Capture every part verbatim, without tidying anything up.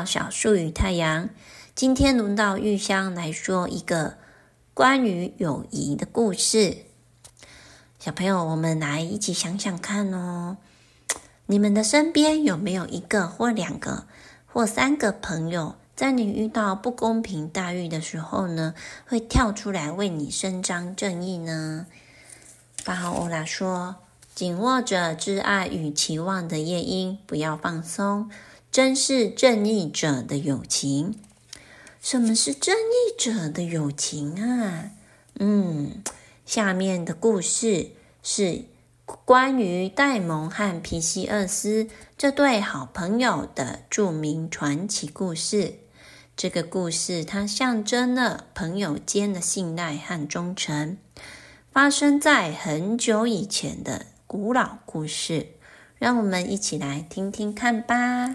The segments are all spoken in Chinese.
小树与太阳。今天轮到玉香来说一个关于友谊的故事。小朋友，我们来一起想想看哦，你们的身边有没有一个或两个或三个朋友，在你遇到不公平待遇的时候呢，会跳出来为你伸张正义呢？八号欧拉说，紧握着挚爱与期望的夜莺，不要放松，珍视正义者的友情。什么是正义者的友情啊？嗯，下面的故事是关于戴蒙和皮西厄斯这对好朋友的著名传奇故事。这个故事它象征了朋友间的信赖和忠诚，发生在很久以前的古老故事。让我们一起来听听看吧。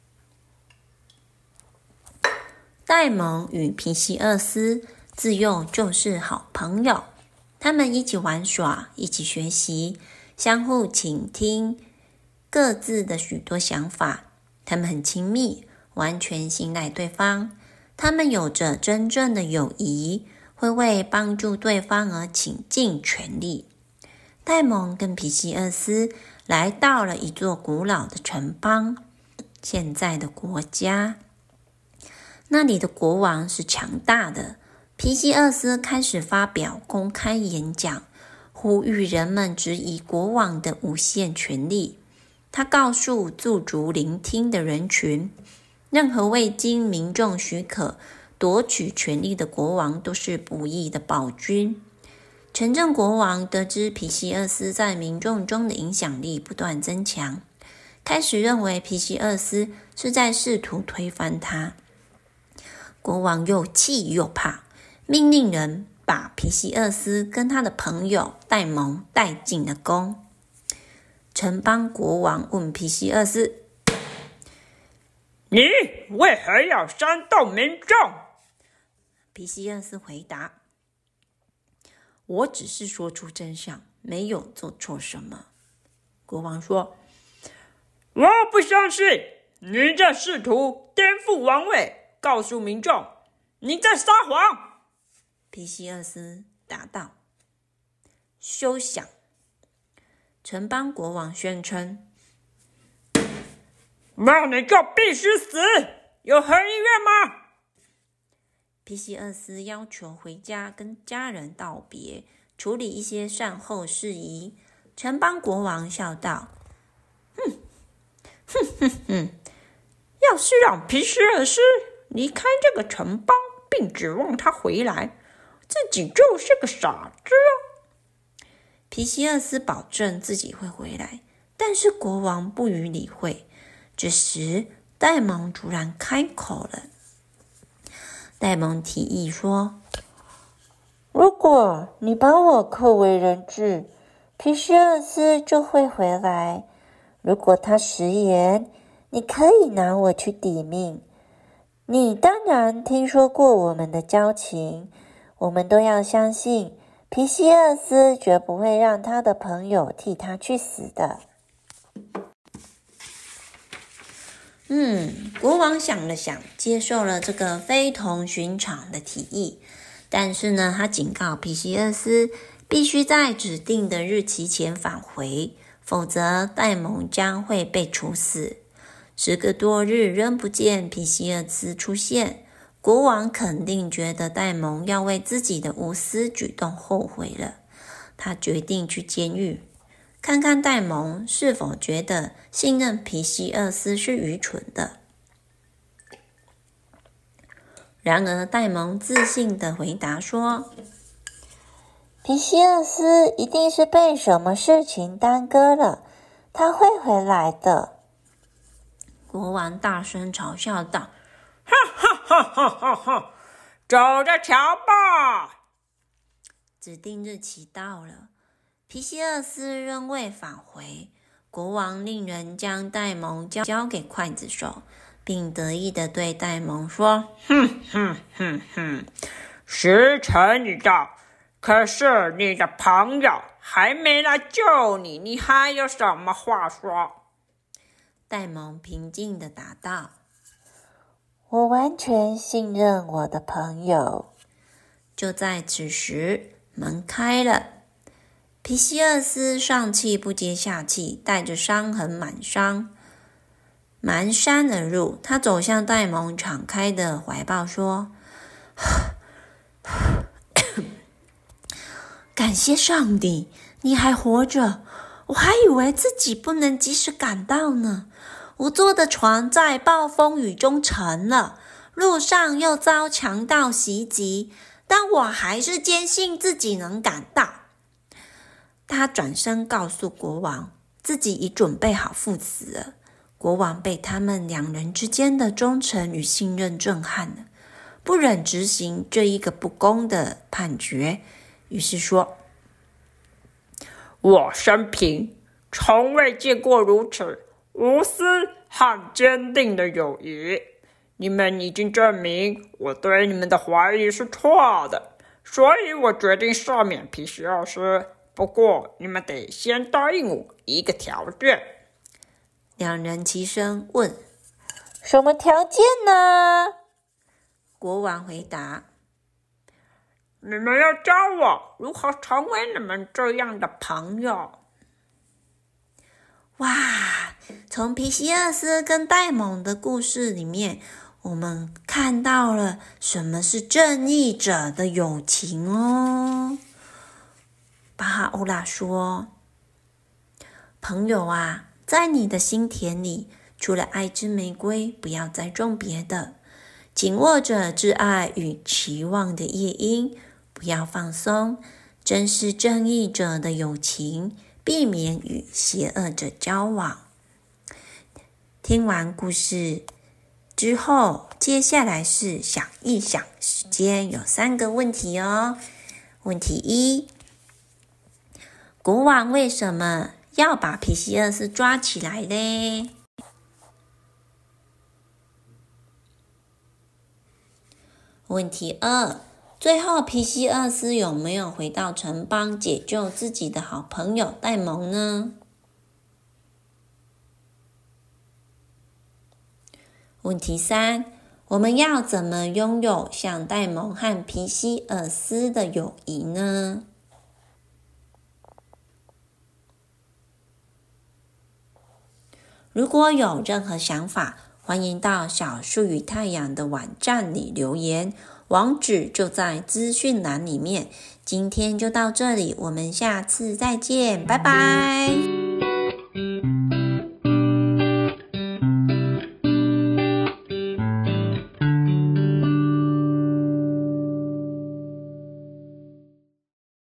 戴蒙与皮西厄斯自幼就是好朋友，他们一起玩耍，一起学习，相互倾听各自的许多想法。他们很亲密，完全信赖对方。他们有着真正的友谊，会为帮助对方而倾尽全力。戴蒙跟皮西厄斯来到了一座古老的城邦，现在的国家。那里的国王是强大的。皮西厄斯开始发表公开演讲，呼吁人们质疑国王的无限权力。他告诉驻足聆听的人群，任何未经民众许可夺取权力的国王都是不义的暴君。城镇国王得知皮西厄斯在民众中的影响力不断增强，开始认为皮西厄斯是在试图推翻他。国王又气又怕，命令人把皮西厄斯跟他的朋友戴蒙带进了宫。城邦国王问皮西厄斯， 你为何要煽动民众？ 皮西厄斯回答，我只是说出真相，没有做错什么。国王说， 我不相信，你在试图颠覆王位，告诉民众你在撒谎。 皮西厄斯答道，休想。城邦国王宣称， 那你就必须死，有何意愿吗？ 皮西厄斯要求回家跟家人道别，处理一些善后事宜。城邦国王笑道，哼哼哼哼，要是让皮西厄斯离开这个城邦，并指望他回来，自己就是个傻子哦。皮西厄斯保证自己会回来，但是国王不予理会。这时戴蒙突然开口了。戴蒙提议说，如果你把我扣为人质，皮西厄斯就会回来。如果他食言，你可以拿我去抵命。你当然听说过我们的交情，我们都要相信皮西厄斯绝不会让他的朋友替他去死的。嗯，国王想了想，接受了这个非同寻常的提议。但是呢，他警告皮西厄斯必须在指定的日期前返回，否则戴蒙将会被处死。时隔多日仍不见皮西厄斯出现，国王肯定觉得戴蒙要为自己的无私举动后悔了。他决定去监狱，看看戴蒙是否觉得信任皮西厄斯是愚蠢的。然而戴蒙自信地回答说，皮西厄斯一定是被什么事情耽搁了，他会回来的。国王大声嘲笑道， 哈哈哈哈哈哈，走着瞧吧。 指定日期到了，皮西厄斯仍未返回。国王令人将戴蒙交交给刽子手，并得意地对戴蒙说， 哼哼哼哼，时辰已到，可是你的朋友还没来救你，你还有什么话说？ 戴蒙平静地答道， 我完全信任我的朋友。就在此时，门开了，皮西厄斯上气不接下气，带着伤痕满伤蹒跚而入。他走向戴蒙，敞开的怀抱说：感谢上帝，你还活着，我还以为自己不能及时赶到呢。我坐的船在暴风雨中沉了，路上又遭强盗袭击，但我还是坚信自己能赶到。他转身告诉国王，自己已准备好赴死了。国王被他们两人之间的忠诚与信任震撼了，不忍执行这一个不公的判决，于是说： 我生平从未见过如此无私和坚定的友谊。你们已经证明我对你们的怀疑是错的，所以我决定赦免皮西厄斯。不过你们得先答应我一个条件。 两人齐声问：什么条件呢？国王回答： 你们要教我如何成为你们这样的朋友。 哇，从皮西厄斯跟戴蒙的故事里面，我们看到了什么是正义者的友情哦。巴哈欧拉说：朋友啊，在你的心田里，除了爱之玫瑰，不要再种别的。紧握着挚爱与期望的夜莺，不要放松，珍视正义者的友情，避免与邪恶者交往。听完故事之后，接下来是想一想时间，有三个问题哦。问题一：国王为什么要把皮西厄斯抓起来呢？问题二：最后皮西厄斯有没有回到城邦解救自己的好朋友戴蒙呢？问题三：我们要怎么拥有像戴蒙和皮西厄斯的友谊呢？如果有任何想法，欢迎到小树与太阳的网站里留言，网址就在资讯栏里面。今天就到这里，我们下次再见，拜拜。